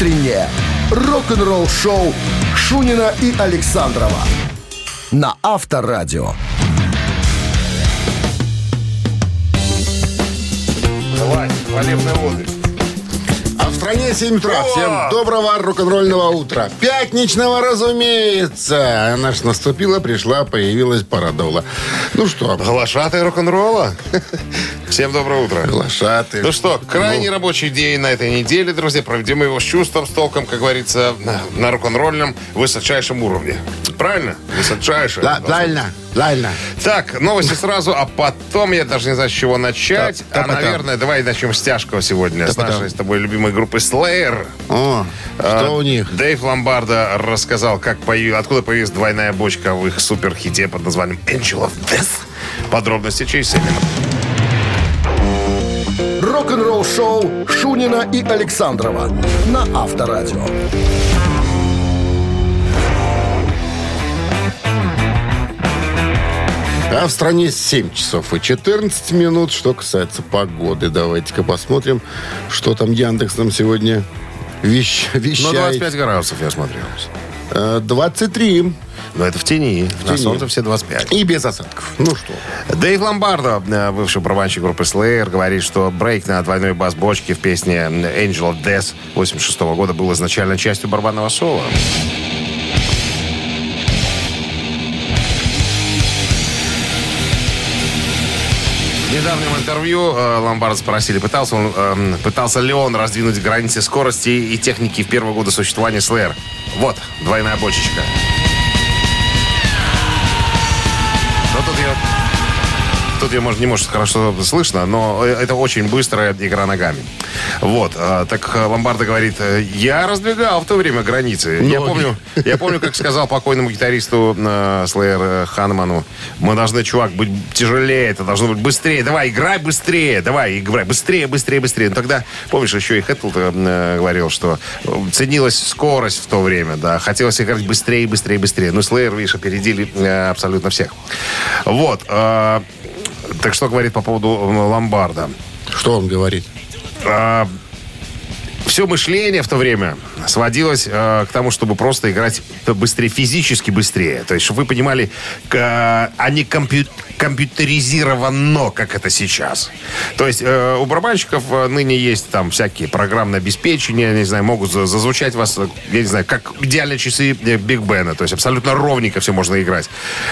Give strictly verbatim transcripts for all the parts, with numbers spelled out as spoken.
утреннее рок-н-ролл-шоу Шунина и Александрова на Авторадио. Давай, хвалебные воды. А в стране семь утра. Всем доброго рок-н-ролльного утра. Пятничного, разумеется. Она ж наступила, пришла, появилась, порадовала. Ну что? Глашатый рок-н-ролла. Всем доброе утро. Глашатый. Ну что, крайний ну. рабочий день на этой неделе, друзья. Проведем его с чувством, с толком, как говорится, на, на рок-н-ролльном высочайшем уровне. Правильно? Высочайшее. Да, правильно. Правильно. Так, новости сразу, а потом я даже не знаю, с чего начать. Да, а, да, наверное, давай начнем с тяжкого сегодня. Да, с нашей потом. с тобой любимой группы Slayer. О, а, что у них? Дэйв Ломбардо рассказал, как появ... откуда появилась двойная бочка в их суперхите под названием Angel of Death. Подробности через семь минут. Рок-н-ролл-шоу Шунина и Александрова на Авторадио. А в стране семь часов и четырнадцать минут. Что касается погоды, давайте-ка посмотрим, что там Яндекс нам сегодня вещ... вещает. Ну, двадцать пять градусов, я смотрел. двадцать три. Но это в тени. В На тени. солнце все двадцать пять. И без осадков. Ну что? Дэйв Ломбардо, бывший барабанщик группы Slayer, говорит, что брейк на двойной бас-бочке в песне Angel of Death восемьдесят шестого года был изначально частью барабанного соло. В недавнем интервью э, Ломбардо спросили, пытался, он, э, пытался ли он раздвинуть границы скорости и техники в первые годы существования Slayer. Вот, двойная бочечка. Но тут я... Тут я, может, не может хорошо слышно, но это очень быстрая игра ногами. Вот. А, так Ломбардо говорит, я раздвигал в то время границы. Я помню, я помню, как сказал покойному гитаристу э, Slayer Ханману, мы должны, чувак, быть тяжелее, это должно быть быстрее. Давай, играй быстрее, давай, играй быстрее, быстрее, быстрее. Но тогда, помнишь, еще и Хэттл э, говорил, что ценилась скорость в то время, да, хотелось играть быстрее, быстрее, быстрее. Но Slayer, видишь, опередили э, абсолютно всех. Вот. Э, Так что говорит по поводу Ломбардо? Что он говорит? А, все мышление в то время сводилось а, к тому, чтобы просто играть быстрее, физически быстрее. То есть, чтобы вы понимали, к, а не компью, компьютеризировано, как это сейчас. То есть, э, у барабанщиков ныне есть там всякие программные обеспечения, я не знаю, могут зазвучать вас, я не знаю, как идеальные часы Биг Бена. То есть, абсолютно ровненько все можно играть.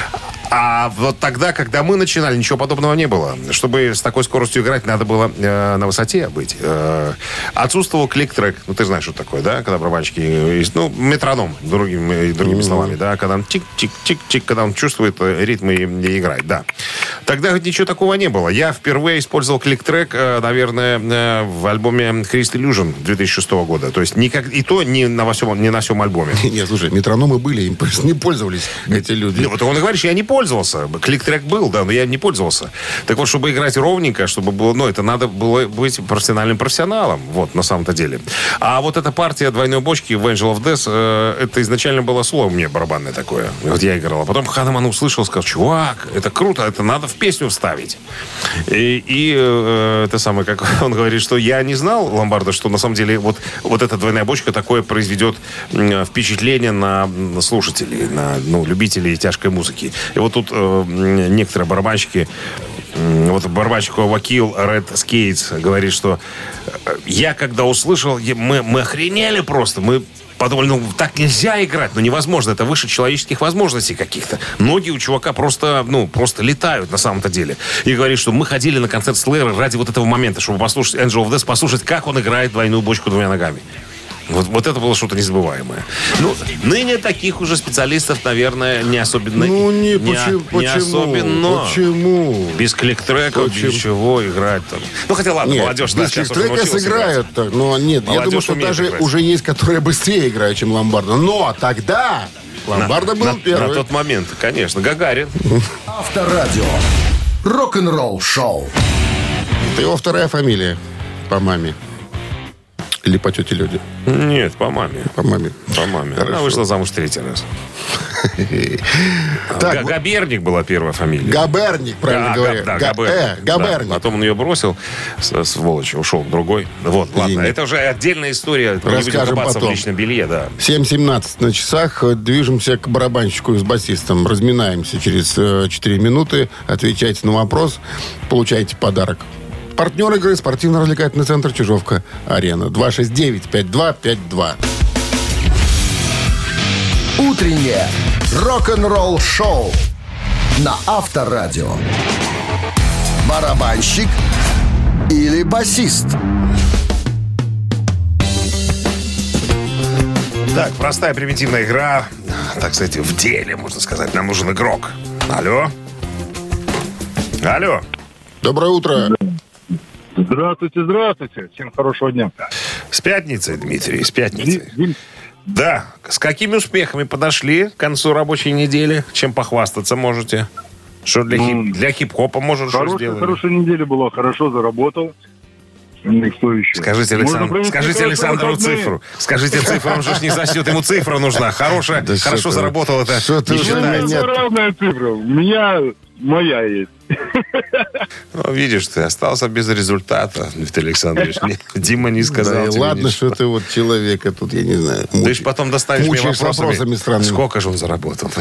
А вот тогда, когда мы начинали, ничего подобного не было. Чтобы с такой скоростью играть, надо было э, на высоте быть. Э, отсутствовал клик-трек. Ну, ты знаешь, что такое, да? Когда барабанщики... Ну, метроном, другими, другими mm-hmm. словами, да? Когда он чик-чик-чик-чик, когда он чувствует ритм и, и играет, да. Тогда ничего такого не было. Я впервые использовал клик-трек, э, наверное, э, в альбоме Crystal Illusion две тысячи шестого года. То есть никак, и то не на всем, не на всем альбоме. Нет, слушай, метрономы были, им просто не пользовались эти люди. Вот он говорит, что я не пользовался. Пользовался. Клик-трек был, да, но я не пользовался. Так вот, чтобы играть ровненько, чтобы было, ну, это надо было быть профессиональным профессионалом, вот, на самом-то деле. А вот эта партия двойной бочки в Angel of Death, э, это изначально было слово мне барабанное такое. Вот я играл. А потом Ханеман услышал, сказал, чувак, это круто, это надо в песню вставить. И, и э, это самое, как он говорит, что я не знал, Ломбардо, что на самом деле вот, вот эта двойная бочка такое произведет э, впечатление на, на слушателей, на, ну, любителей тяжкой музыки. И вот тут э, некоторые барабанщики, э, вот барабанщик Вакил Ред Скейтс говорит, что э, я когда услышал, я, мы, мы охренели просто, мы подумали, ну так нельзя играть, ну невозможно, это выше человеческих возможностей каких-то. Ноги у чувака просто, ну, просто летают на самом-то деле. И говорит, что мы ходили на концерт Slayer ради вот этого момента, чтобы послушать Angel of Death, послушать, как он играет двойную бочку двумя ногами. Вот, вот это было что-то незабываемое. Ну, ныне таких уже специалистов, наверное, не особенно... Ну, не, не, почему, не особенно. Почему? Без клик-треков, без чего играть там. Ну, хотя ладно, нет, молодежь... без да, клик-трека сыграют. Так, но нет, молодежь, я думаю, что даже играть. Уже есть, которые быстрее играют, чем Ломбардо. Но тогда Ломбардо был на, первый. На тот момент, конечно, Гагарин. Авторадио. Рок-н-ролл шоу. Это его вторая фамилия по маме. Или по тете Люде? Нет, по маме. По маме. По маме. Хорошо. Она вышла замуж третий раз. Так, Га- Габерник была первая фамилия. Габерник, правильно Да, говорю. да, Га- Габерник. э, Габерник. Да, потом он ее бросил, с- сволочь, ушел к другой. Вот, ладно, Извини. это уже отдельная история. Не будем Расскажем копаться потом. в личном белье, да. семь семнадцать на часах. Движемся к барабанщику с басистом. Разминаемся через э, четыре минуты. Отвечайте на вопрос. Получаете подарок. Партнер игры — спортивно-развлекательный центр «Чижовка-Арена». два шесть девять пять два пять два. Утреннее рок-н-ролл-шоу на Авторадио. Барабанщик или басист? Так, простая примитивная игра. Так сказать, в деле, можно сказать. Нам нужен игрок. Алло? Алло? Доброе утро. Здравствуйте, здравствуйте. Всем хорошего дня. С пятницей, Дмитрий, с пятницей. Дим, Да. С какими успехами подошли к концу рабочей недели? Чем похвастаться можете? Что для, хип- для хип-хопа, может, что Хорошая, сделали? хорошая неделя была, хорошо заработал. Ну, что еще? Скажите, Можно Александр, провести скажите хорошие Александру выходные. цифру. Скажите цифру, он же ж не засчет, ему цифра нужна. Хорошая, Да хорошо что ты, заработал, это что ты не уже Ну, считается. меня- это разная цифра. У меня моя есть. Ну, видишь, ты остался без результата, Дмитрий Александрович. Не- Дима не сказал Да и тебе ладно, ничего. что ты вот человека тут, я не знаю. Ты мучаешь. же потом достанешь мне Мучаешь вопросами. вопросами странными. Сколько же он заработал?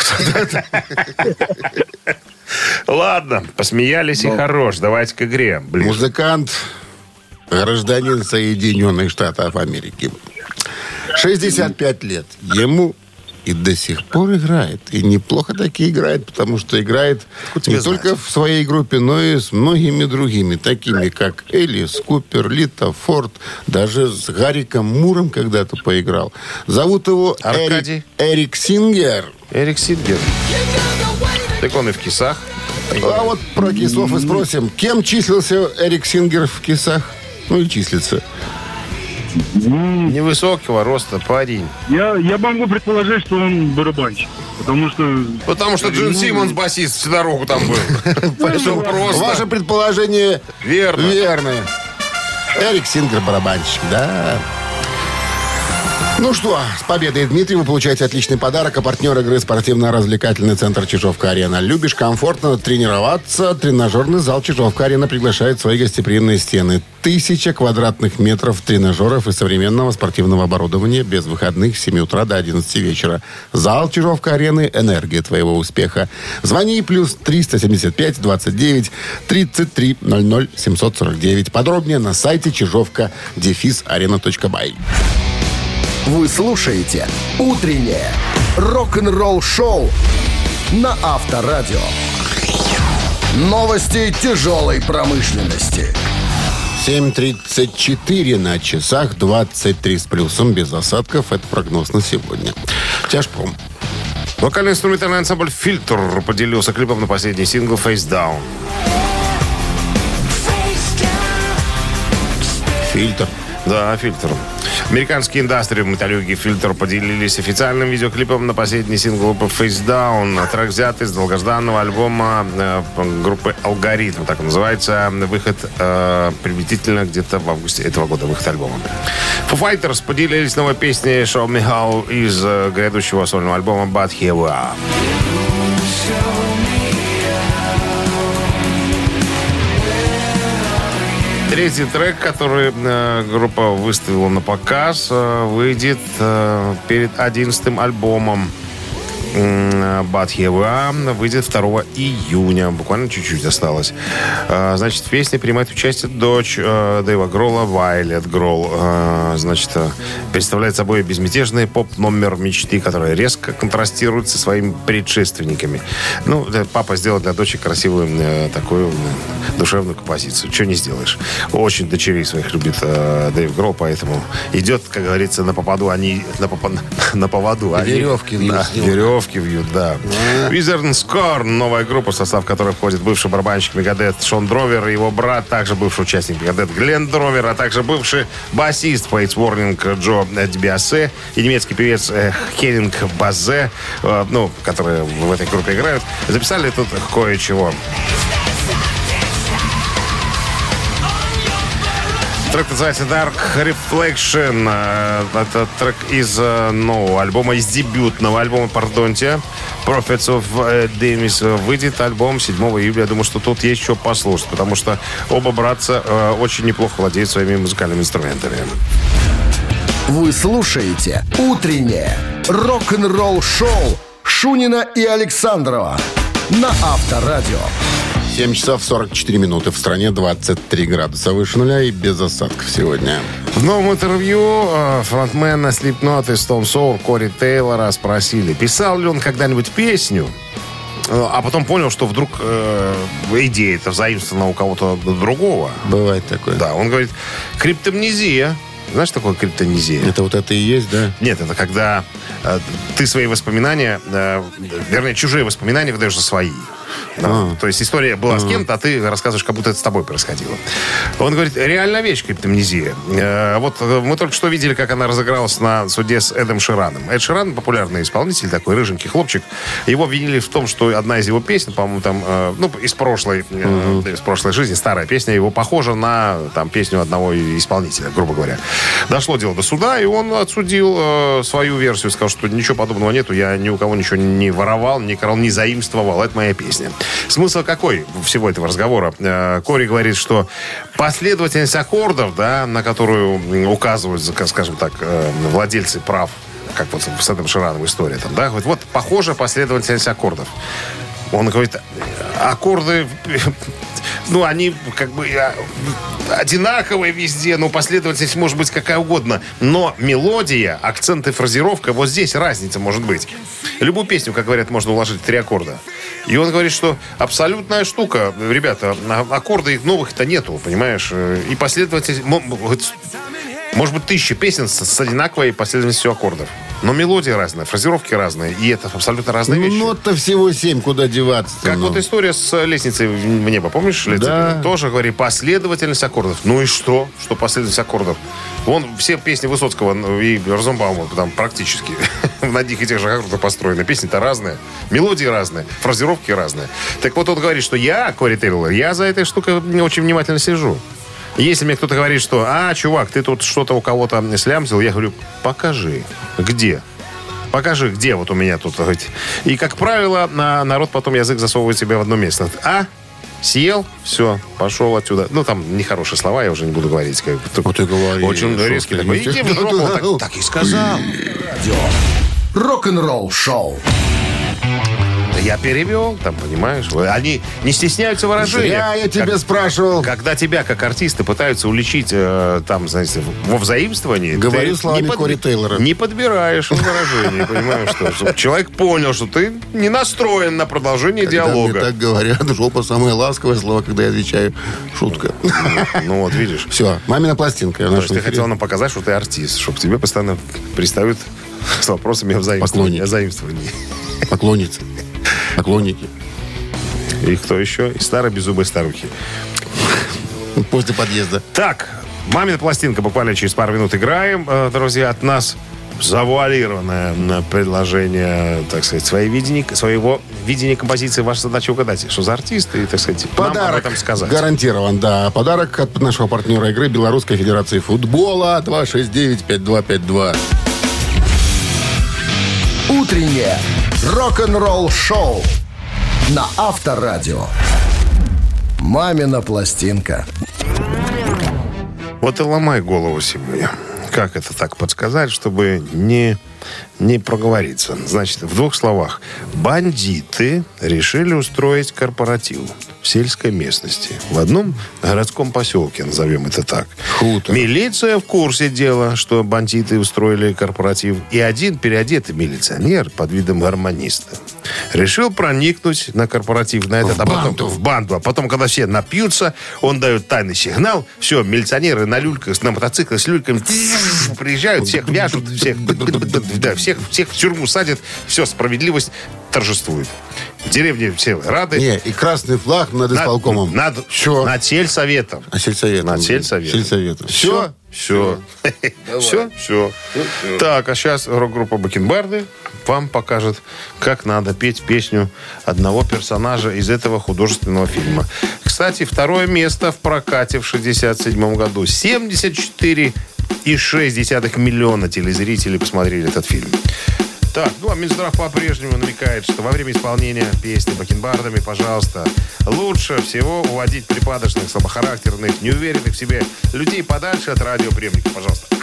Ладно, посмеялись и хорош. Давайте к игре. Ближе. Музыкант, гражданин Соединенных Штатов Америки. шестьдесят пять лет ему и до сих пор играет. И неплохо таки играет, потому что играет тебе не знать? только в своей группе, но и с многими другими, такими как Элис Купер, Лита Форд, даже с Гариком Муром когда-то поиграл. Зовут его Аркадий? Эрик, Эрик Сингер. Эрик Сингер. Так он и в кисах. А вот про кисов и спросим. Кем числился Эрик Сингер в кисах? Ну и числится. Невысокого роста парень. Я, я могу предположить, что он барабанщик. Потому что... Потому что Джин Симмонс, басист, всю дорогу там был. Поэтому Ваше просто. предположение Верно. верное. Эрик Сингер, барабанщик, да. Ну что, с победой, Дмитрий, вы получаете отличный подарок. А партнер игры — спортивно-развлекательный центр «Чижовка-Арена». Любишь комфортно тренироваться? Тренажерный зал «Чижовка-Арена» приглашает в свои гостеприимные стены. Тысяча квадратных метров тренажеров и современного спортивного оборудования без выходных с семи утра до одиннадцати вечера. Зал «Чижовка-Арены» — энергия твоего успеха. Звони плюс триста семьдесят пять двадцать девять тридцать три ноль ноль семьсот сорок девять. Подробнее на сайте чижовка дефис арена точка бай. Вы слушаете «Утреннее рок-н-ролл-шоу» на Авторадио. Новости тяжелой промышленности. семь тридцать четыре на часах, двадцать три с плюсом, без осадков. Это прогноз на сегодня. Тяжпром. Вокально-инструментальный ансамбль «Фильтр» поделился клипом на последний сингл «Face Down». Фильтр. Да, «Фильтр». Американские индустрии металлюги «Фильтр» поделились официальным видеоклипом на последний сингл группы «Face Down». Трек взят из долгожданного альбома э, группы «Алгоритм», так он называется. Выход э, приблизительно где-то в августе этого года, выход альбома. Foo Fighters поделились новой песней «Show Me How» из э, грядущего сольного альбома «But Here We Are». Третий трек, который э, группа выставила на показ, э, выйдет э, перед одиннадцатым альбомом э, But Here We Are, выйдет второго июня. Буквально чуть-чуть осталось. Э, значит, в песне принимает участие дочь э, Дэйва Гролла, Вайлет Гролл. Э, значит, э, представляет собой безмятежный поп-номер мечты, который резко контрастирует со своими предшественниками. Ну, для- папа сделал для дочери красивую э, такую э, душевную композицию. Чего не сделаешь. Очень дочерей своих любит э, Дэйв Гролл, поэтому идет, как говорится, на попаду, они на, попа- на поводу. Они- Веревки вьют Да, с него. веревки вьют, да. Wizard Scorn, новая группа, в состав которой входит бывший барабанщик Мегадет Шон Дровер и его брат, также бывший участник Мегадет Глен Дровер, а также бывший басист Фейтс Уорнинг Джо Дибиасе и немецкий певец э, Хеннинг Базе, э, ну, которые в этой группе играют, записали тут кое-чего. Трек называется Dark Reflection. Это трек из нового альбома, из дебютного альбома, пардонте, Prophets of Demis. Выйдет альбом седьмого июля. Я думаю, что тут есть что послушать, потому что оба братца очень неплохо владеют своими музыкальными инструментами. Вы слушаете «Утреннее рок-н-ролл-шоу» Шунина и Александрова на Авторадио. семь часов сорок четыре минуты. В стране двадцать три градуса выше нуля и без осадков сегодня. В новом интервью фронтмена Slipknot и Stone Sour Кори Тейлора спросили, писал ли он когда-нибудь песню, а потом понял, что вдруг э, идея это заимствована у кого-то другого. Бывает такое. Да, он говорит, криптомнезия. Знаешь, что такое криптомнезия? Это вот это и есть, да? Нет, это когда э, ты свои воспоминания, э, вернее, чужие воспоминания выдаешь за свои. Да? А. То есть история была а. с кем-то, а ты рассказываешь, как будто это с тобой происходило. Он говорит, реальная вещь, криптомнезия. Э, вот мы только что видели, как она разыгралась на суде с Эдом Шираном. Эд Ширан, популярный исполнитель, такой рыженький хлопчик. Его обвинили в том, что одна из его песен, по-моему, там, э, ну, из прошлой, э, uh-huh. из прошлой жизни, старая песня, его похожа на там, песню одного исполнителя, грубо говоря. Дошло дело до суда, и он отсудил э, свою версию, сказал, что ничего подобного нету, я ни у кого ничего не воровал, не крал, не заимствовал, это моя песня. Смысл какой всего этого разговора? Э, Кори говорит, что последовательность аккордов, да, на которую указывают, скажем так, э, владельцы прав, как вот с Эдом Шираном история, там, да, вот, вот похожа последовательность аккордов. Он говорит, аккорды, ну, они как бы одинаковые везде, но последовательность может быть какая угодно. Но мелодия, акцент и фразировка, вот здесь разница может быть. Любую песню, как говорят, можно уложить в три аккорда. И он говорит, что абсолютная штука, ребята, аккорды их новых-то нету, понимаешь? И последовательность, может быть, тысяча песен с, с одинаковой последовательностью аккордов. Но мелодии разные, фразировки разные, и это абсолютно разные вещи. Ну, нот-то всего семь, куда деваться. Как ну. вот история с лестницей в небо, помнишь? Да. Тоже, говори, последовательность аккордов. Ну и что? Что последовательность аккордов? Вон все песни Высоцкого и Розенбаума там практически на одних и тех же аккордах построены. Песни-то разные, мелодии разные, фразировки разные. Так вот он говорит, что я, Кори Тейлор, я за этой штукой очень внимательно сижу. Если мне кто-то говорит, что, а, чувак, ты тут что-то у кого-то слямзил, я говорю, покажи, где? Покажи, где вот у меня тут. И, как правило, народ потом язык засовывает себе в одно место. А, съел, все, пошел отсюда. Ну, там нехорошие слова, я уже не буду говорить. Как, вот ты говори. Очень резкий такой. Иди в жопу, так, так и сказал. Рок-н-ролл шоу. Я перевел, там, понимаешь? Они не стесняются выражения. Зря я тебя как, спрашивал. Когда тебя, как артиста, пытаются уличить, э, там, знаете, во взаимствовании... Говорю словами под... Кори Тейлора. Не подбираешь выражение, понимаешь? Что человек понял, что ты не настроен на продолжение диалога. Мне так говорят, жопа самое ласковое слово, когда я отвечаю. Шутка. Ну вот, видишь. Все, мамина пластинка. То есть ты хотел нам показать, что ты артист, чтобы к тебе постоянно пристают с вопросами о взаимствовании. Поклонницы. Поклонники. И кто еще? И старые беззубые старухи. После подъезда. Так, мамина пластинка. Буквально через пару минут играем. Друзья, от нас завуалированное предложение, так сказать, своей видение, своего видения композиции. Ваша задача угадать, что за артист, и, так сказать, подарок нам об этом сказать. Гарантирован, да. Подарок от нашего партнера игры Белорусской Федерации футбола. Два шесть девять пять два пять два. Утреннее рок-н-ролл шоу на Авторадио. Мамина пластинка. Вот и ломай голову сегодня. Как это так подсказать, чтобы не, не проговориться? Значит, в двух словах. Бандиты решили устроить корпоратив в сельской местности. В одном городском поселке, назовем это так. Хутор. Милиция в курсе дела, что бандиты устроили корпоратив. И один переодетый милиционер под видом гармониста решил проникнуть на корпоратив, на этот, в а потом банду. в банду. А потом, когда все напьются, он дает тайный сигнал. Все, милиционеры на люльках, на мотоциклах с люльками приезжают, всех вяжут, всех, да, всех, всех в тюрьму садят. Все, справедливость торжествует. В деревне все рады. Не, и красный флаг над исполкомом. Над, Все. над сельсоветом. А сельсоветом. Над сельсоветом. Сельсоветом. Все? Все. Все? Все. Так, а сейчас рок-группа «Бакенбарды» вам покажет, как надо петь песню одного персонажа из этого художественного фильма. Кстати, второе место в прокате в шестьдесят седьмом году. семьдесят четыре и шесть десятых миллиона телезрителей посмотрели этот фильм. Так, ну а Минздрав по-прежнему намекает, что во время исполнения песни бакенбардами, пожалуйста, лучше всего уводить припадочных, слабохарактерных, неуверенных в себе людей подальше от радиоприемника, пожалуйста.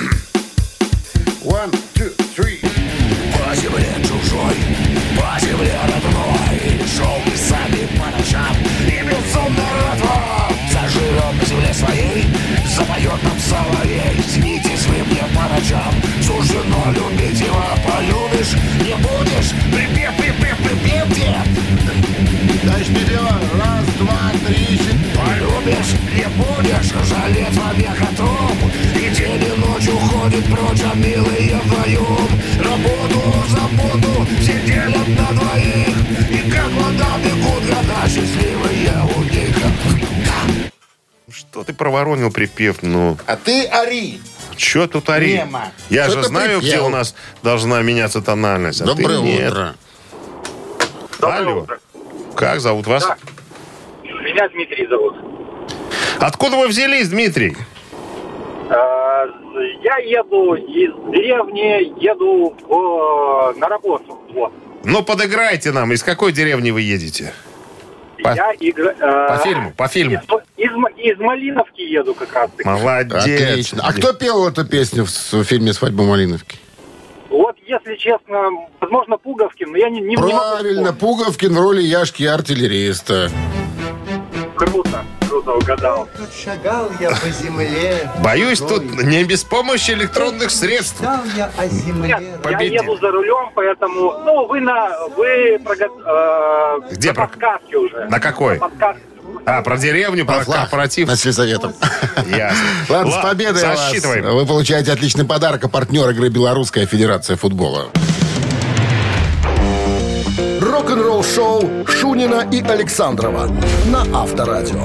One, two, three. По земле чужой, по земле родной, шел мы сами по ночам, и безумно рвал. Заживем на земле своей, запоет нам соловей. Снитесь вы мне по ночам, суждено любить его. Полюбишь, не будешь, припев, припев, припевте. Дальше вперед. Раз, два, три, четыре. Полюбишь, не будешь, жалеть вовек о том. И день и ночь уходит прочь, а милые вдвоем. Работу, заботу, все делят на двоих. И как вода бегут года, счастливые у них. Что ты проворонил припев, ну? А ты ори. Че тут ори? Нема. Я Что же ты знаю, припел? где у нас должна меняться тональность. А Доброе ты нет. утро. Алло. Как зовут вас? Да. Меня Дмитрий зовут. Откуда вы взялись, Дмитрий? А, Я еду из деревни, еду в- на работу. Вот. Ну, подыграйте нам. Из какой деревни вы едете? По, Я игра... а, по фильму, по фильму. Из, из, М- из Малиновки еду как раз таки. Молодец. Отлично. А кто пел эту песню в, с- в фильме «Свадьба Малиновки»? Вот, если честно, возможно, Пуговкин, но я не, не, не могу Правильно, вспомнить. Пуговкин в роли Яшки артиллериста. Круто, круто угадал. Шагал я по земле. Боюсь, тут не без помощи электронных средств. Читал я о земле. Нет, я Победил. еду за рулем, поэтому... Ну, вы на... Вы прого- э, Где на про- подсказке уже. На какой? На подсказке. А, про деревню, про флаг корпоратив. на сельсоветом. Ясно. Ладно, с победой вас. Засчитываем. Вы получаете отличный подарок. А партнер игры «Белорусская федерация футбола». Рок-н-ролл шоу Шунина и Александрова на Авторадио.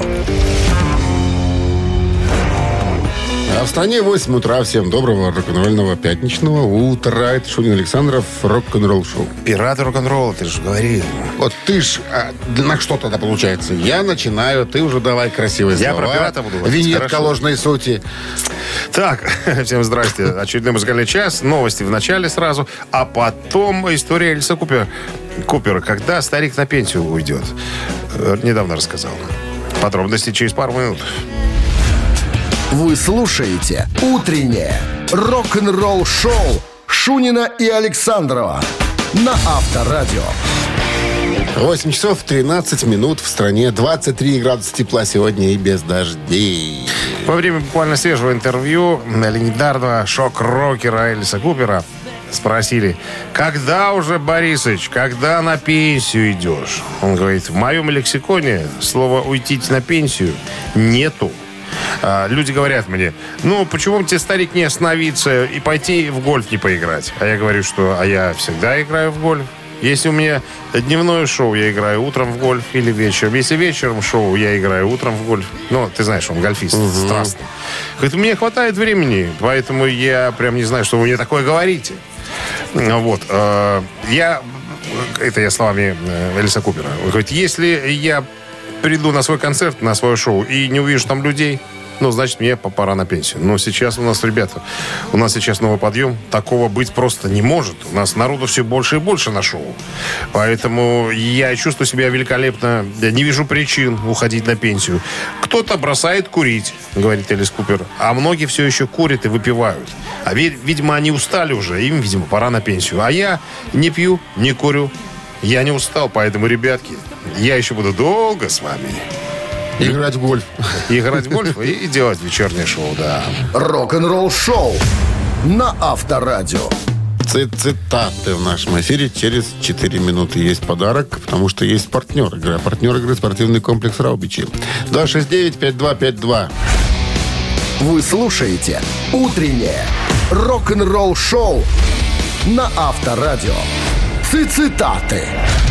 А в стране восемь утра. Всем доброго рок-н-ролльного пятничного утра. Это Шунин Александров, рок-н-ролл шоу. Пираты рок-н-ролла, ты же говорил. Вот ты ж... а, на что тогда получается? Я начинаю, ты уже давай красивые Я слова. про пирата буду говорить, Виньетка хорошо. ложной сути. Так, всем здрасте. Очередной музыкальный час. Новости в начале сразу. А потом история Элиса Купера. Купера, когда старик на пенсию уйдет. Э, Недавно рассказал. Подробности через пару минут. Вы слушаете «Утреннее рок-н-ролл-шоу» Шунина и Александрова на Авторадио. восемь часов тринадцать минут в стране. двадцать три градуса тепла сегодня и без дождей. Во время буквально свежего интервью легендарного шок-рокера Элиса Купера спросили, когда уже, Борисыч, когда на пенсию идешь? Он говорит, в моем лексиконе слова «уйти на пенсию» нету. А, люди говорят мне, ну, почему бы тебе, старик, не остановиться и пойти в гольф не поиграть? А я говорю, что а я всегда играю в гольф. Если у меня дневное шоу, я играю утром в гольф или вечером. Если вечером шоу, я играю утром в гольф. Ну, ты знаешь, он гольфист, угу. страстный. Говорит, мне хватает времени, поэтому я прям не знаю, что вы мне такое говорите. Вот. э, Я... Это я словами э, Элиса Купера. Он говорит, если я приду на свой концерт, на свое шоу и не увижу там людей, ну, значит, мне пора на пенсию. Но сейчас у нас, ребята, у нас сейчас новый подъем. Такого быть просто не может. У нас народу все больше и больше на шоу. Поэтому я чувствую себя великолепно. Я не вижу причин уходить на пенсию. Кто-то бросает курить, говорит Элис Купер. А многие все еще курят и выпивают. А, видимо, они устали уже. Им, видимо, пора на пенсию. А я не пью, не курю. Я не устал. Поэтому, ребятки, я еще буду долго с вами. Играть в гольф. Играть в гольф и делать вечернее шоу, да. Рок-н-ролл шоу на Авторадио. Ци- Цитаты в нашем эфире. Через четыре минуты есть подарок, потому что есть партнер игры. А партнер игры — спортивный комплекс «Раубичи». два шесть девять пять два пять два. Вы слушаете «Утреннее рок-н-ролл шоу» на Авторадио. Цитаты.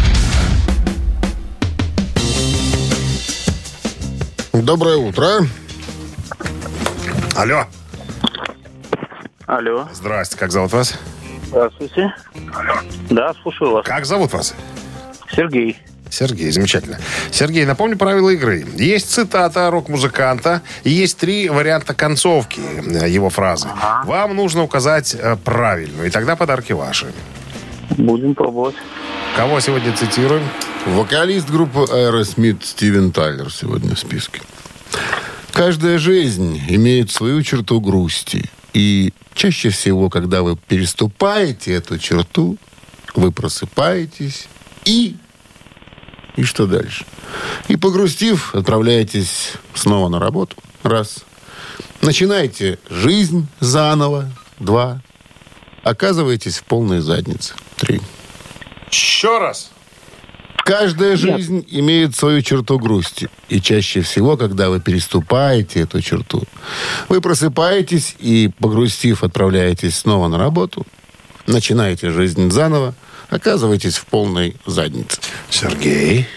Доброе утро. Алло. Алло. Здрасте, как зовут вас? Здравствуйте. Да, слушаю вас. Как зовут вас? Сергей. Сергей, замечательно. Сергей, напомню правила игры. Есть цитата рок-музыканта, и есть три варианта концовки его фразы. Ага. Вам нужно указать э, правильную, и тогда подарки ваши. Будем пробовать. Кого сегодня цитируем? Вокалист группы Aerosmith Стивен Тайлер сегодня в списке. Каждая жизнь имеет свою черту грусти. И чаще всего, когда вы переступаете эту черту, вы просыпаетесь и... И что дальше? И погрустив, отправляетесь снова на работу. Раз. Начинаете жизнь заново. Два. Оказываетесь в полной заднице. Три. Еще раз. Каждая жизнь Нет. имеет свою черту грусти. И чаще всего, когда вы переступаете эту черту, вы просыпаетесь и, погрустив, отправляетесь снова на работу. Начинаете жизнь заново. Оказываетесь в полной заднице. Сергей.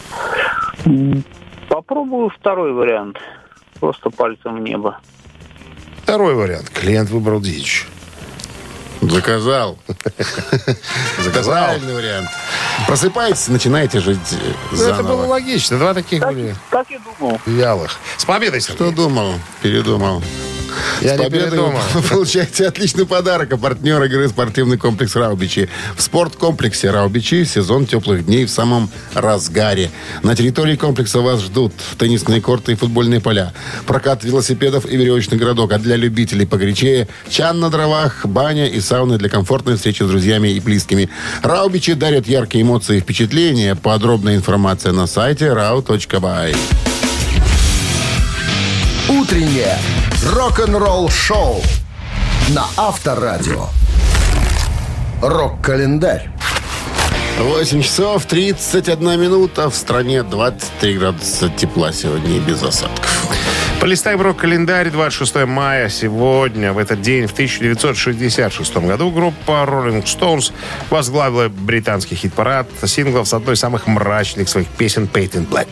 Попробую второй вариант. Просто пальцем в небо. Второй вариант. Клиент выбрал дичь. Заказал. Заказал. Правильный вариант. Просыпаетесь, начинаете жить заново. Это было логично. Два таких были. Так и думал. Вялых. С победой, Сергей. Что думал? Передумал. Я С не победой передумал. вы получаете отличный подарок. А партнер игры спортивный комплекс «Раубичи». В спорткомплексе «Раубичи» сезон теплых дней в самом разгаре. На территории комплекса вас ждут теннисные корты и футбольные поля, прокат велосипедов и веревочный городок. А для любителей погорячее — чан на дровах, баня и сауны для комфортной встречи с друзьями и близкими. «Раубичи» дарят яркие эмоции и впечатления. Подробная информация на сайте рау точка бай. Утреннее рок-н-ролл-шоу на Авторадио. Рок-календарь. восемь часов тридцать одна минута. В стране двадцать три градуса тепла сегодня и без осадков. Полистаем рок-календарь. двадцать шестого мая сегодня, в этот день, в тысяча девятьсот шестьдесят шестом году, группа Rolling Stones возглавила британский хит-парад синглов с одной из самых мрачных своих песен «Painted Black».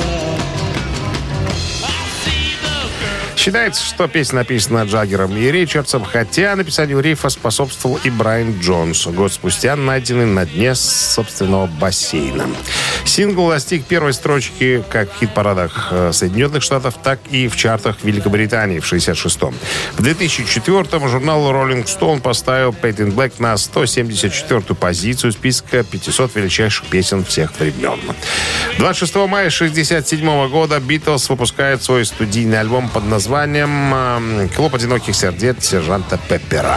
Считается, что песня написана Джаггером и Ричардсом, хотя написанию рифа способствовал и Брайан Джонс, год спустя найденный на дне собственного бассейна. Сингл достиг первой строчки как в хит-парадах Соединенных Штатов, так и в чартах Великобритании в шестьдесят шестом. В две тысячи четвёртом журнал Rolling Stone поставил «Painted Black» на сто семьдесят четвёртую позицию списка пятисот величайших песен всех времен. двадцать шестого мая шестьдесят седьмого года Битлз выпускает свой студийный альбом под названием «Клуб одиноких сердец сержанта Пеппера».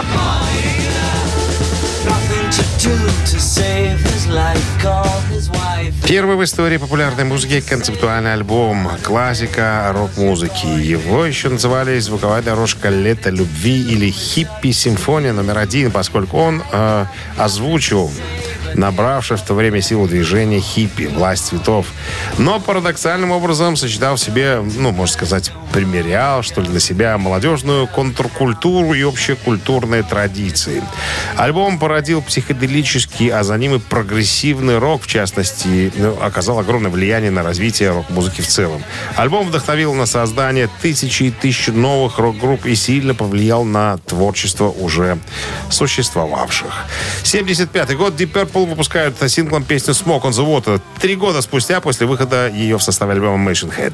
Первый в истории популярной музыки концептуальный альбом, классика рок-музыки. Его еще называли «Звуковая дорожка лета любви» или «Хиппи-симфония номер один», поскольку он э, озвучил набравший в то время силу движения хиппи, власть цветов. Но парадоксальным образом сочетал в себе, ну, можно сказать, примерял, что ли, на себя молодежную контркультуру и общекультурные традиции. Альбом породил психоделический, а за ним и прогрессивный рок, в частности, ну, оказал огромное влияние на развитие рок-музыки в целом. Альбом вдохновил на создание тысячи и тысячи новых рок-групп и сильно повлиял на творчество уже существовавших. семьдесят пятый год. Deep Purple выпускают синглом песню «Smoke on the Water» три года спустя после выхода ее в составе альбома Machine Head.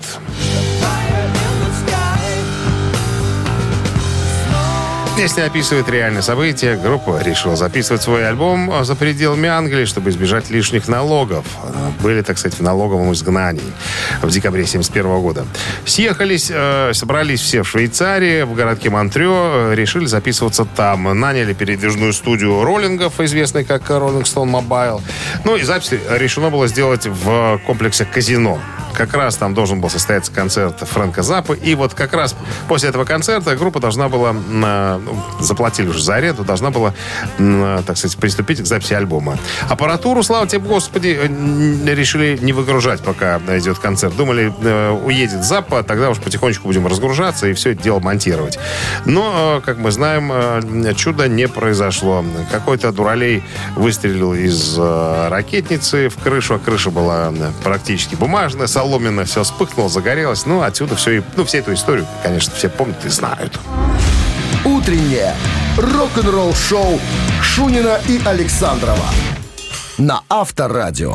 Песня описывает реальные события. Группа решила записывать свой альбом за пределами Англии, чтобы избежать лишних налогов. Были, так сказать, в налоговом изгнании в декабре семьдесят первого года. Съехались, э, собрались все в Швейцарии, в городке Монтрё, решили записываться там. Наняли передвижную студию роллингов, известной как Rolling Stone Mobile. Ну и запись решено было сделать в комплексе «Казино». Как раз там должен был состояться концерт Фрэнка Заппы. И вот как раз после этого концерта группа должна была, ну, заплатили уже за аренду, должна была, так сказать, приступить к записи альбома. Аппаратуру, слава тебе, Господи, решили не выгружать, пока идет концерт. Думали, уедет Заппа, тогда уж потихонечку будем разгружаться и все это дело монтировать. Но, как мы знаем, чудо не произошло. Какой-то дуралей выстрелил из ракетницы в крышу, а крыша была практически бумажная, соломенная, все вспыхнуло, загорелось. Ну, отсюда все и... Ну, всю эту историю, конечно, все помнят и знают. Утреннее рок-н-ролл-шоу Шунина и Александрова на Авторадио.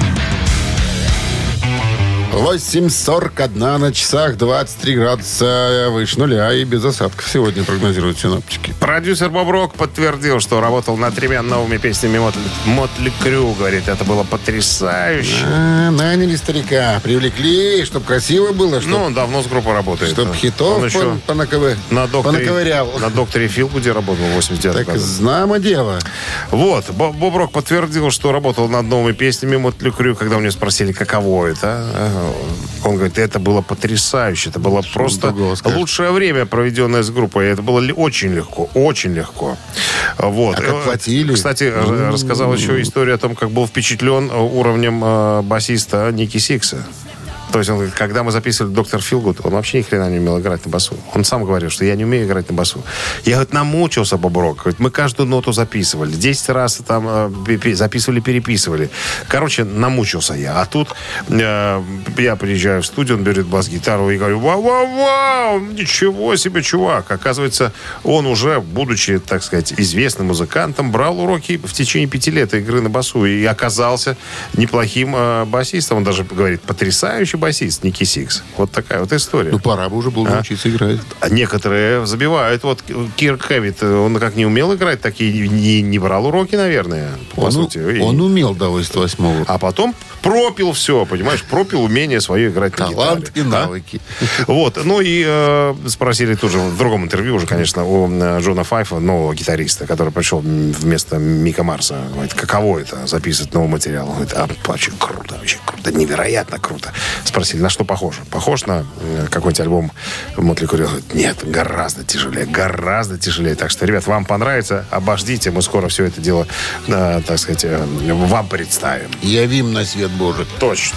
восемь сорок один на часах, двадцать три градуса выше нуля и без осадков сегодня прогнозируют синоптики. Продюсер Боб Рок подтвердил, что работал над тремя новыми песнями Мотли, Мотли Крю. Говорит, это было потрясающе. А, наняли старика, привлекли, чтобы красиво было, чтобы, Ну, он давно с группой работает. чтоб хитов Он еще пон- понаковы- на докторе, понаковырял. на докторе Филгуде работал в восемьдесят девятом Так году. знамо дело. Вот, Боб, Боб Рок подтвердил, что работал над новыми песнями Мотли Крю, когда у него спросили, каково это. Ага. Он говорит, это было потрясающе. Это было просто другого скажешь? лучшее время, проведенное с группой. Это было ли- очень легко, очень легко. Вот. А как платили? Кстати, р- рассказал еще историю о том, как был впечатлен уровнем э, басиста Ники Сикса. То есть он говорит, когда мы записывали «Доктор Филгуд», он вообще ни хрена не умел играть на басу. Он сам говорил, что я не умею играть на басу. Я, говорит, намучился, Боб Рок. Говорит, мы каждую ноту записывали. Десять раз там э, пи- записывали, переписывали. Короче, намучился я. А тут э, я приезжаю в студию, он берет бас-гитару и говорю, вау-вау-вау, ничего себе, чувак. Оказывается, он уже, будучи, так сказать, известным музыкантом, брал уроки в течение пяти лет игры на басу и оказался неплохим э, басистом. Он даже говорит, потрясающий басист Ники Сикс. Вот такая вот история. Ну, пора бы уже было научиться играть. А некоторые забивают. Вот Кирк Хэвит, он как не умел играть, так и не, не брал уроки, наверное, по Он, сути. И- он умел до восемьдесят восьмого. А потом пропил все, понимаешь, пропил умение свое играть на Талант и гитаре. А? навыки. Вот, ну и э, спросили тоже в другом интервью уже, конечно, у э, Джона Файфа, нового гитариста, который пришел м, вместо Мика Марса. Говорит, каково это записывать новый материал? Он говорит, а, очень круто, очень круто, невероятно круто. Спросили, на что похож? Похож на э, какой-нибудь альбом Мотли Крю? Говорит, нет, гораздо тяжелее, гораздо тяжелее. Так что, ребят, вам понравится, обождите, мы скоро все это дело, э, так сказать, э, вам представим. Явим на свет Божий. Точно.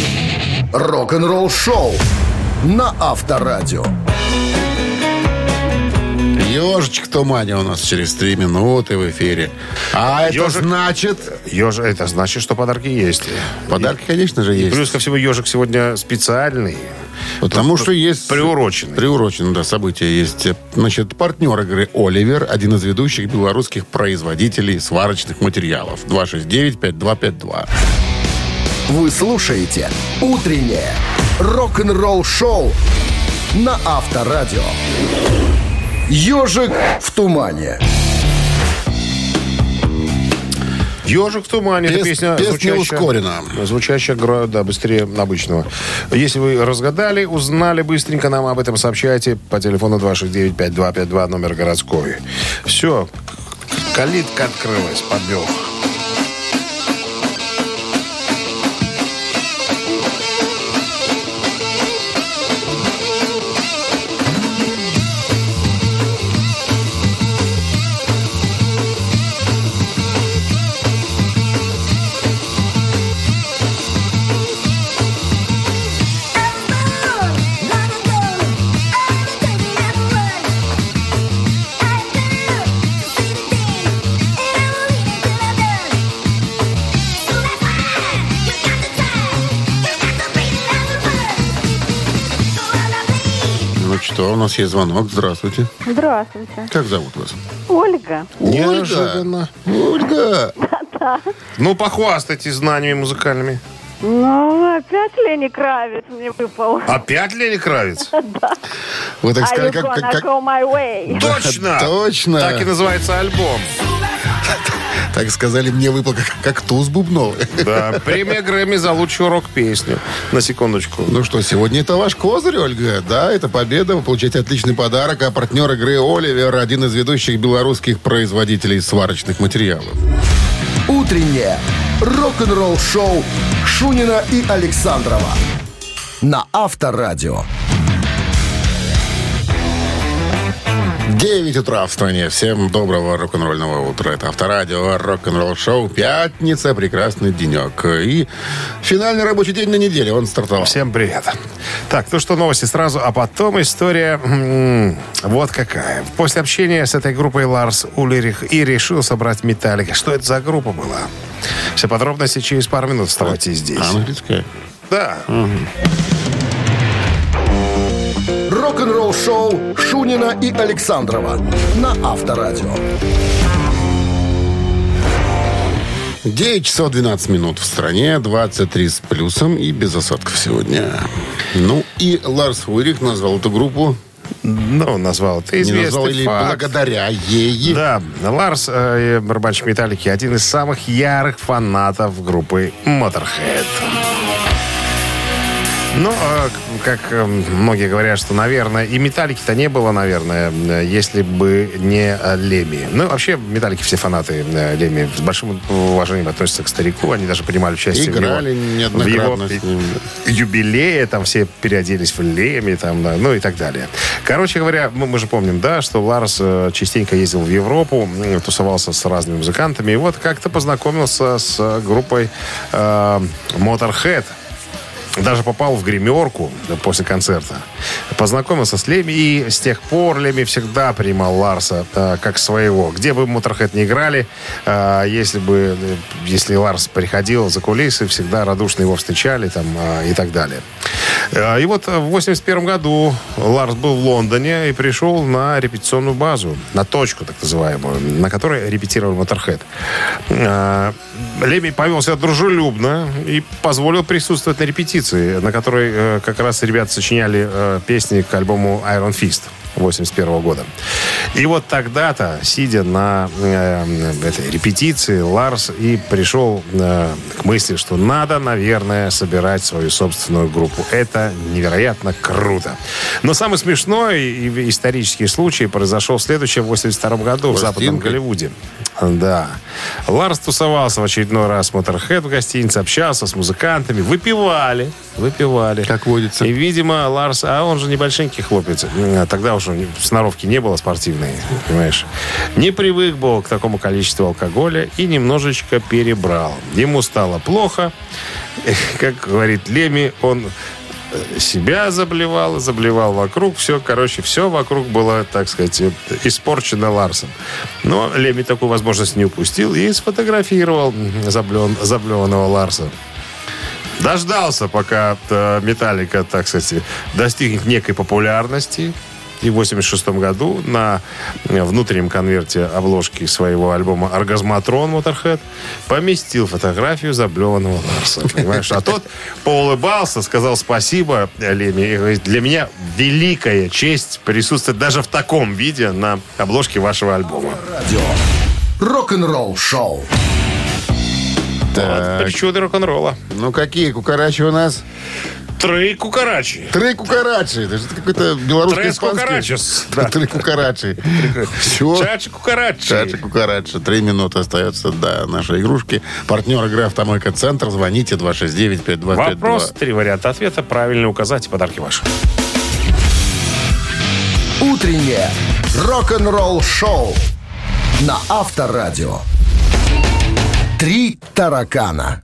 Рок-н-ролл-шоу на Авторадио. Ежичек в тумане у нас через три минуты в эфире. А это Ежик- значит... Еж, это значит, что подарки есть. Подарки, конечно же, есть. Плюс ко всему, ежик сегодня специальный. Потому что есть... Приуроченный. Приурочено, да, событие есть. Значит, партнер игры «Оливер», один из ведущих белорусских производителей сварочных материалов. два шесть девять пять два пять два. Вы слушаете «Утреннее рок-н-ролл-шоу» на Авторадио. «Ежик в тумане». «Ежик в тумане». Пес- Это песня, песня звучащая, ускорена. звучащая, гра- да, быстрее обычного. Если вы разгадали, узнали, быстренько нам об этом сообщайте по телефону два шесть девять пять два пять два, номер городской. Все, калитка открылась, побег. Ну что, у нас есть звонок. Здравствуйте. Здравствуйте. Как зовут вас? Ольга. Неожиданно. Ольга. Ну, похвастайтесь знаниями музыкальными. Ну, опять Лени Кравец мне выпал. Опять Лени Кравец? Вы так Are сказали, you как... gonna как, как- go my way? Точно! Точно. Так и называется альбом. так сказали, мне выпал как, как туз бубновый. Да, премия Грэмми за лучшую рок-песню. На секундочку. Ну что, сегодня это ваш козырь, Ольга. Да, это победа. Вы получаете отличный подарок. А партнер игры «Оливер» — один из ведущих белорусских производителей сварочных материалов. Утреннее рок-н-ролл-шоу Шунина и Александрова на Авторадио. девять утра в стране. Всем доброго рок-н-ролльного утра. Это Авторадио, рок-н-ролл шоу. Пятница, прекрасный денек. И финальный рабочий день на неделе. Он стартовал. Всем привет. Так, ну что, новости сразу, а потом история м-м, вот какая. После общения с этой группой Ларс Ульрих и решил собрать Металлика. Что это за группа была? Все подробности через пару минут. Оставайтесь здесь. Английская. Да. Рок-н-ролл-шоу Шунина и Александрова на Авторадио. девять часов двенадцать минут в стране, двадцать три с плюсом и без осадков сегодня. Ну и Ларс Улрих назвал эту группу. Ну, назвал это Не известный назвал или факт. благодаря ей. Да, Ларс, э, барабанщик Металлики, один из самых ярых фанатов группы Motorhead. Ну, э, как э, многие говорят, что, наверное, и Металлики-то не было, наверное, э, если бы не э, Лемми. Ну, вообще, Металлики все фанаты э, Лемми с большим уважением относятся к старику. Они даже принимали участие Играли в его, неоднократно в его с ним. юбилее. Там все переоделись в Лемми, там, да, ну и так далее. Короче говоря, мы, мы же помним, да, что Ларс э, частенько ездил в Европу, э, тусовался с разными музыкантами. И вот как-то познакомился с группой э, Motorhead. Даже попал в гримерку после концерта. Познакомился с Лемми, и с тех пор Лемми всегда принимал Ларса э, как своего. Где бы Motorhead не играли, э, если бы если Ларс приходил за кулисы, всегда радушно его встречали там, э, и так далее. Э, и вот в восемьдесят первом году Ларс был в Лондоне и пришел на репетиционную базу, на точку так называемую, на которой репетировал Motorhead. Э, Лемми повел себя дружелюбно и позволил присутствовать на репетиции, на которой э, как раз ребята сочиняли э, песни к альбому Iron Fist восемьдесят первого года. И вот тогда-то, сидя на э, этой репетиции, Ларс и пришел э, к мысли, что надо, наверное, собирать свою собственную группу. Это невероятно круто. Но самый смешной и исторический случай произошел в следующем, в восемьдесят втором году в Западном Голливуде. Да. Ларс тусовался в очередной раз с Motorhead в гостинице, общался с музыкантами, выпивали, выпивали. Как водится. И, видимо, Ларс, а он же небольшенький хлопец, тогда уж сноровки не было спортивной, понимаешь, не привык был к такому количеству алкоголя и немножечко перебрал. Ему стало плохо, как говорит Лемми, он себя заблевал, заблевал вокруг, все, короче, все вокруг было, так сказать, испорчено Ларсом. Но Лемми такую возможность не упустил и сфотографировал заблен, заблеванного Ларса. Дождался, пока Металлика, так сказать, достигнет некой популярности. И в восемьдесят шестом году на внутреннем конверте обложки своего альбома «Оргазматрон» Motorhead поместил фотографию заблеванного Ларса. Понимаешь? А тот поулыбался, сказал спасибо Лемми. И говорит, для меня великая честь присутствовать даже в таком виде на обложке вашего альбома. Радио. Рок-н-ролл шоу. Вот причуды рок-н-ролла. Ну, какие кукарачи у нас? Три кукарачи. Три кукарачи. Это же какой-то белорусско-испанский. Три кукарачис. Да. Три кукарачи. Все. Чачи кукарачи. Чачи кукарачи. Три минуты остается до нашей игрушки. Партнер игры «Автомойка Центр». Звоните два шесть девять пять два пять два. Вопрос, три варианта ответа. Правильно указать, и подарки ваши. Утреннее рок-н-ролл шоу на Авторадио. Три таракана.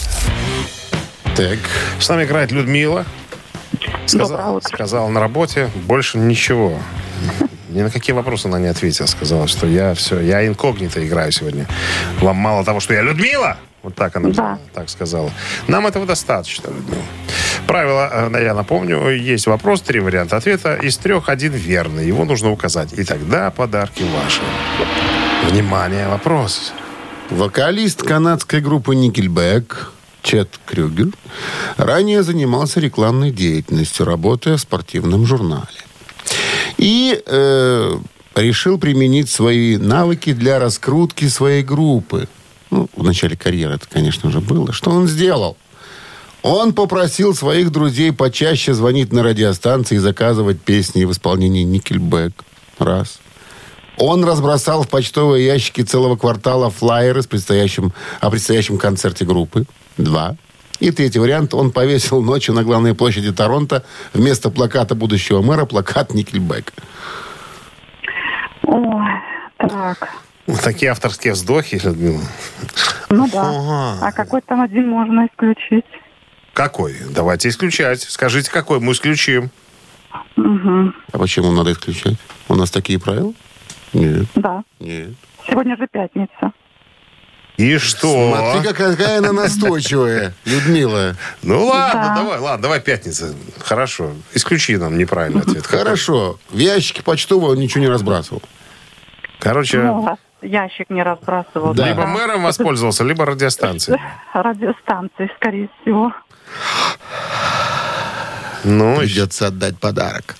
Так. С нами играет Людмила. Сказала, сказала на работе больше ничего. Ни на какие вопросы она не ответила. Сказала, что я все, я инкогнито играю сегодня. Вам мало того, что я Людмила? Вот так она Да. так сказала. Нам этого достаточно, Людмила. Правило, я напомню, есть вопрос, три варианта ответа. Из трех один верный. Его нужно указать. И тогда подарки ваши. Внимание, вопрос. Вокалист канадской группы Nickelback Чет Крюгер ранее занимался рекламной деятельностью, работая в спортивном журнале. И э, решил применить свои навыки для раскрутки своей группы. Ну, в начале карьеры это, конечно же, было. Что он сделал? Он попросил своих друзей почаще звонить на радиостанции и заказывать песни в исполнении Nickelback. Раз. Он разбросал в почтовые ящики целого квартала флаеры с предстоящим, о предстоящем концерте группы. Два. И третий вариант. Он повесил ночью на главной площади Торонто вместо плаката будущего мэра плакат Nickelback. Ой, так. Вот такие авторские вздохи, Людмила. Ну да. Ага. А какой там один можно исключить? Какой? Давайте исключать. Скажите, какой мы исключим. Угу. А почему надо исключать? У нас такие правила? Нет. Да. Нет. Сегодня же пятница. И что? Смотри, какая, какая она настойчивая, Людмила. Ну ладно, Да. давай, ладно, давай пятница. Хорошо. Исключи нам неправильный ответ. Хорошо. В ящике почтового он ничего не разбрасывал. Короче, Ну, раз ящик не разбрасывал. Да. либо мэром воспользовался, либо радиостанцией. Радиостанции, скорее всего. Ну, и- Придется отдать подарок.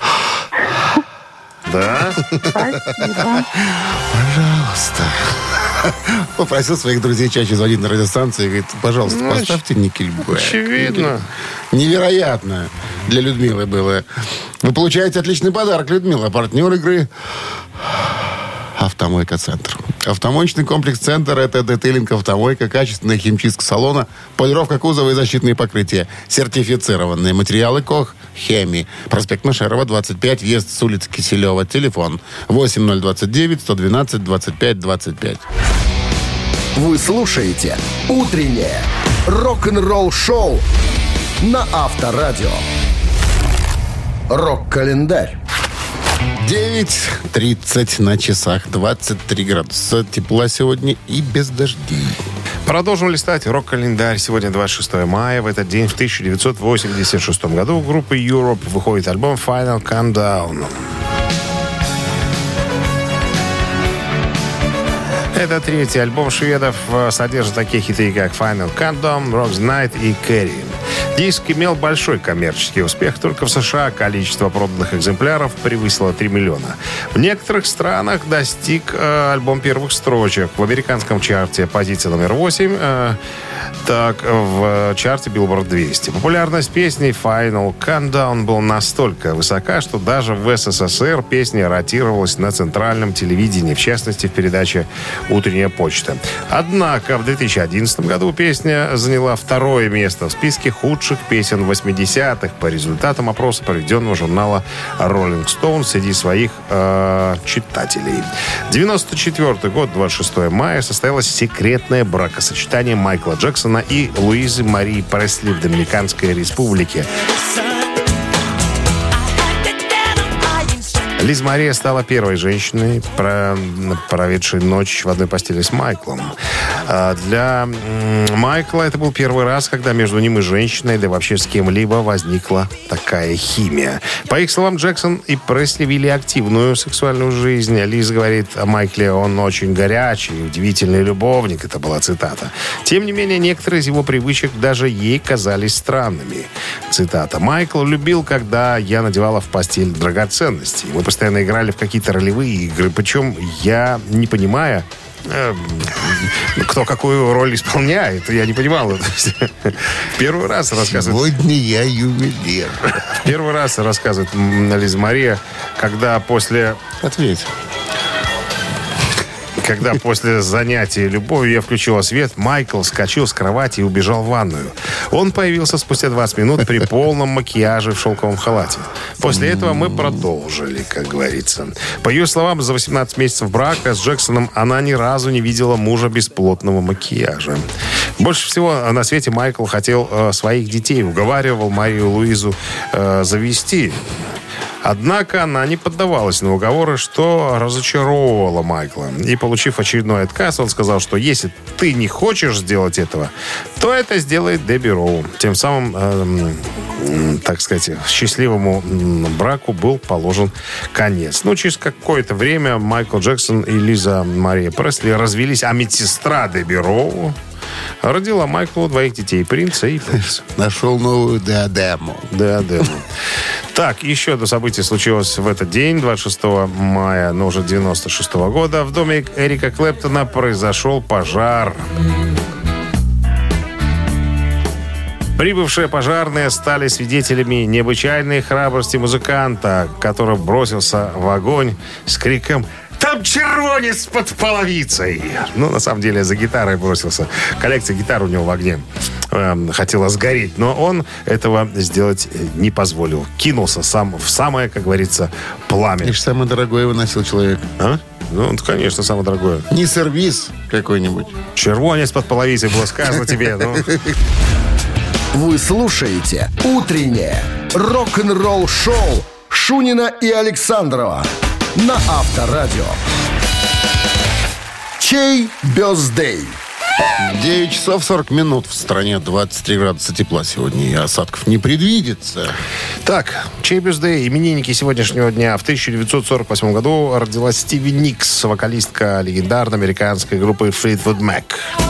да. Спасибо. Пожалуйста. Попросил своих друзей чаще звонить на радиостанции и говорит, пожалуйста, Ну, поставьте Никельбэк. Очевидно. Невероятно для Людмилы было. Вы получаете отличный подарок, Людмила. Партнер игры «Автомойка Центр». Автомоечный комплекс «Центр» — это детейлинг, автомойка, качественная химчистка салона, полировка кузова и защитные покрытия. Сертифицированные материалы КОХ «Хеми». Проспект Машерова, двадцать пять, въезд с улицы Киселева. Телефон восемь ноль двадцать девять сто двенадцать двадцать пять двадцать пять. Вы слушаете «Утреннее рок-н-ролл-шоу» на Авторадио. Рок-календарь. девять тридцать на часах, двадцать три градуса тепла сегодня и без дождей. Продолжим листать рок-календарь. Сегодня двадцать шестого мая. В этот день, в тысяча девятьсот восемьдесят шестом году, у группы Europe выходит альбом Final Countdown. Это третий альбом шведов, содержит такие хиты, как Final Countdown, Rock the Night и Carry. Диск имел большой коммерческий успех. Только в США количество проданных экземпляров превысило три миллиона. В некоторых странах достиг э, альбом первых строчек. В американском чарте позиция номер восемь, э, так, в чарте Billboard двести. Популярность песни Final Countdown была настолько высока, что даже в СССР песня ротировалась на центральном телевидении, в частности, в передаче «Утренняя почта». Однако в две тысячи одиннадцатом году песня заняла второе место в списке худших песен восьмидесятых по результатам опроса, проведенного журнала Rolling Stone среди своих э, читателей. девяносто четвёртый год, двадцать шестого мая, состоялось секретное бракосочетание Майкла Джексона и Луизы Марии Пресли в Доминиканской республике. Лиз Мария стала первой женщиной, проведшей ночь в одной постели с Майклом. Для Майкла это был первый раз, когда между ним и женщиной, да и вообще с кем-либо, возникла такая химия. По их словам, Джексон и Пресли вели активную сексуальную жизнь. Лиз говорит о Майкле: он очень горячий, удивительный любовник. Это была цитата. Тем не менее, некоторые из его привычек даже ей казались странными. Цитата. «Майкл любил, когда я надевала в постель драгоценности. Мы постоянно играли в какие-то ролевые игры. Причем я, не понимая, э, кто какую роль исполняет, я не понимал. Первый раз рассказывает... Сегодня я ювелир. Первый раз рассказывает Лиза Мария, когда после... Ответь. Когда после занятия любовью я включила свет, Майкл вскочил с кровати и убежал в ванную. Он появился спустя двадцать минут при полном макияже в шелковом халате. После этого мы продолжили, как говорится. По ее словам, за восемнадцать месяцев брака с Джексоном она ни разу не видела мужа без плотного макияжа. Больше всего на свете Майкл хотел э, своих детей, уговаривал Марию Луизу э, завести. Однако она не поддавалась на уговоры, что разочаровывала Майкла. И, получив очередной отказ, он сказал, что если ты не хочешь сделать этого, то это сделает Дебби Роу. Тем самым, э, так сказать, счастливому браку был положен конец. Ну, через какое-то время Майкл Джексон и Лиза Мария Пресли развелись, а медсестра Дебби Роу родила Майклу двоих детей, принца и принца. Нашел новую диадему. Диадему. Так, еще одно событие случилось в этот день, двадцать шестого мая, но уже девяносто шестого года. В доме Эрика Клэптона произошел пожар. Прибывшие пожарные стали свидетелями необычайной храбрости музыканта, который бросился в огонь с криком: «Там червонец под половицей!» Ну, на самом деле, за гитарой бросился. Коллекция гитар у него в огне э, хотела сгореть, но он этого сделать не позволил. Кинулся сам в самое, как говорится, пламя. И самое дорогое выносил человек. А? Ну, конечно, самое дорогое. Не сервиз какой-нибудь. Червонец под половицей было сказано тебе. Ну. Вы слушаете «Утреннее рок-н-ролл-шоу» Шунина и Александрова на Авторадио. Чей бёздей? девять часов сорок минут. В стране двадцать три градуса тепла сегодня. И осадков не предвидится. Так, чей бюздей, именинники сегодняшнего дня. В тысяча девятьсот сорок восьмом году родилась Стиви Никс, вокалистка легендарной американской группы Fleetwood Mac.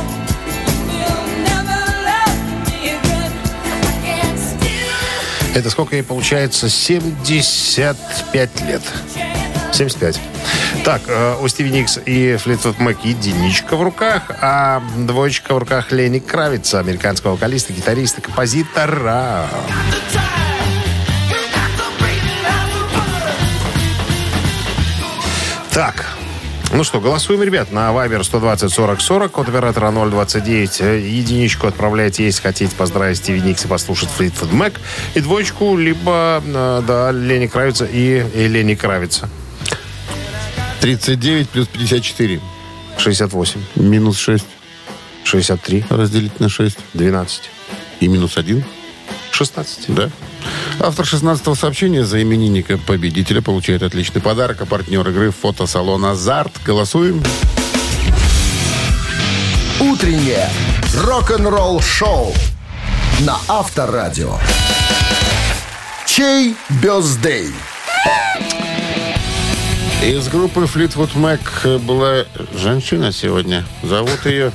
Это сколько ей получается? семьдесят пять лет. семьдесят пять. Так, э, у Стиви Никс и Fleetwood Mac единичка в руках, а двоечка в руках Лени Кравица, американского вокалиста, гитариста, композитора. Так, ну что, голосуем, ребят, на Viber сто двадцать сорок сорок, код оператора ноль двадцать девять. Единичку отправляйте, если хотите поздравить Стиви Никс и послушать Fleetwood Mac. И двоечку, либо, э, да, Лени Кравица и, и Лени Кравица. тридцать девять плюс пятьдесят четыре. шестьдесят восемь. Минус шесть. шестьдесят три. Разделить на шесть. двенадцать. И минус один. шестнадцать. Да. Автор шестнадцатого сообщения за именинника победителя получает отличный подарок. А партнер игры фотосалон «Азарт». Голосуем. Утреннее рок-н-ролл-шоу на Авторадио. Чей бёздей? Из группы Fleetwood Mac была женщина сегодня. Зовут ее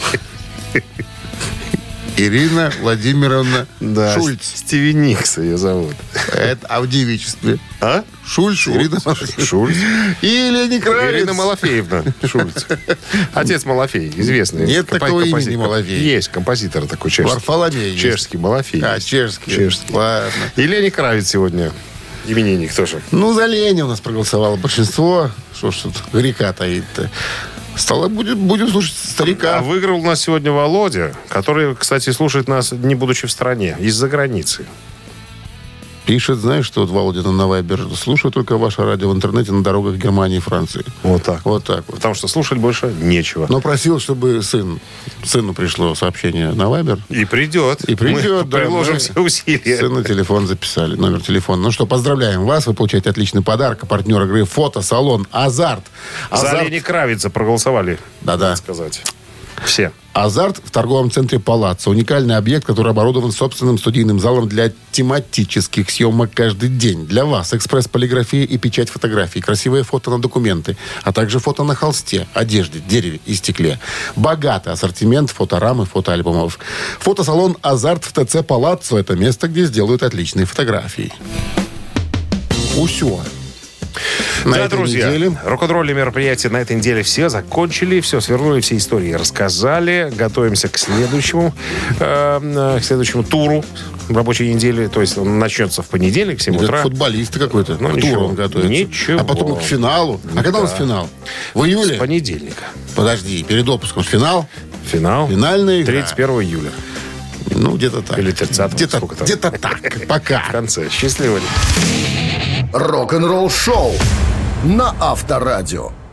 Ирина Владимировна Да, Шульц. Стиви Никс ее зовут. Это а в девичестве. А? Шульц, Ирина Малафеевна. Шульц. И Лени Кравиц. Ирина Малафеевна Шульц. Отец Малафей, известный. Нет компо- такого компози- имени Малафей. Есть композитор такой чешский. Варфоломей есть. Чешский Малафей. А, чешский. Чешский. Ладно. И Лени Кравиц сегодня именинник тоже. Ну, за Лени у нас проголосовало большинство. Что ж тут грека таит-то. Стало, будет, будем слушать старика. А выиграл у нас сегодня Володя, который, кстати, слушает нас, не будучи в стране, из-за границы. Пишет, знаешь, что вот Володя на Вайбер. Слушаю только ваше радио в интернете на дорогах Германии и Франции. Вот так. Вот так вот. Потому что слушать больше нечего. Но просил, чтобы сын, сыну пришло сообщение на Вайбер. И придет. И придет, Мы да, приложим мы все усилия. Сыну телефон записали, номер телефона. Ну что, поздравляем вас. Вы получаете отличный подарок. А партнер игры фотосалон «Азарт». За «Азарт». Лени Кравица проголосовали. Да-да. Надо сказать. Все. «Азарт» в торговом центре «Палаццо». Уникальный объект, который оборудован собственным студийным залом для тематических съемок каждый день. Для вас экспресс-полиграфия и печать фотографий, красивые фото на документы, а также фото на холсте, одежде, дереве и стекле. Богатый ассортимент фоторам и фотоальбомов. Фотосалон «Азарт» в ТЦ «Палаццо» — это место, где сделают отличные фотографии. Усё. На Да, этой друзья, неделе. рок-н-ролльные мероприятия на этой неделе все закончили, все свернули, все истории рассказали. Готовимся к следующему, э, к следующему туру рабочей недели. То есть он начнется в понедельник в семь Это утра. футболист какой-то. Ну, К ничего. туру он готовится. Ничего. А потом к финалу. А когда у нас Да. финал? В С июле? понедельника. Подожди, перед отпуском финал? Финал. Финальная игра. тридцать первого июля. Ну, где-то так. Или тридцатого, Где-то, сколько там? где-то так. Пока. В конце. Счастливо. Рок-н-ролл-шоу на Авторадио.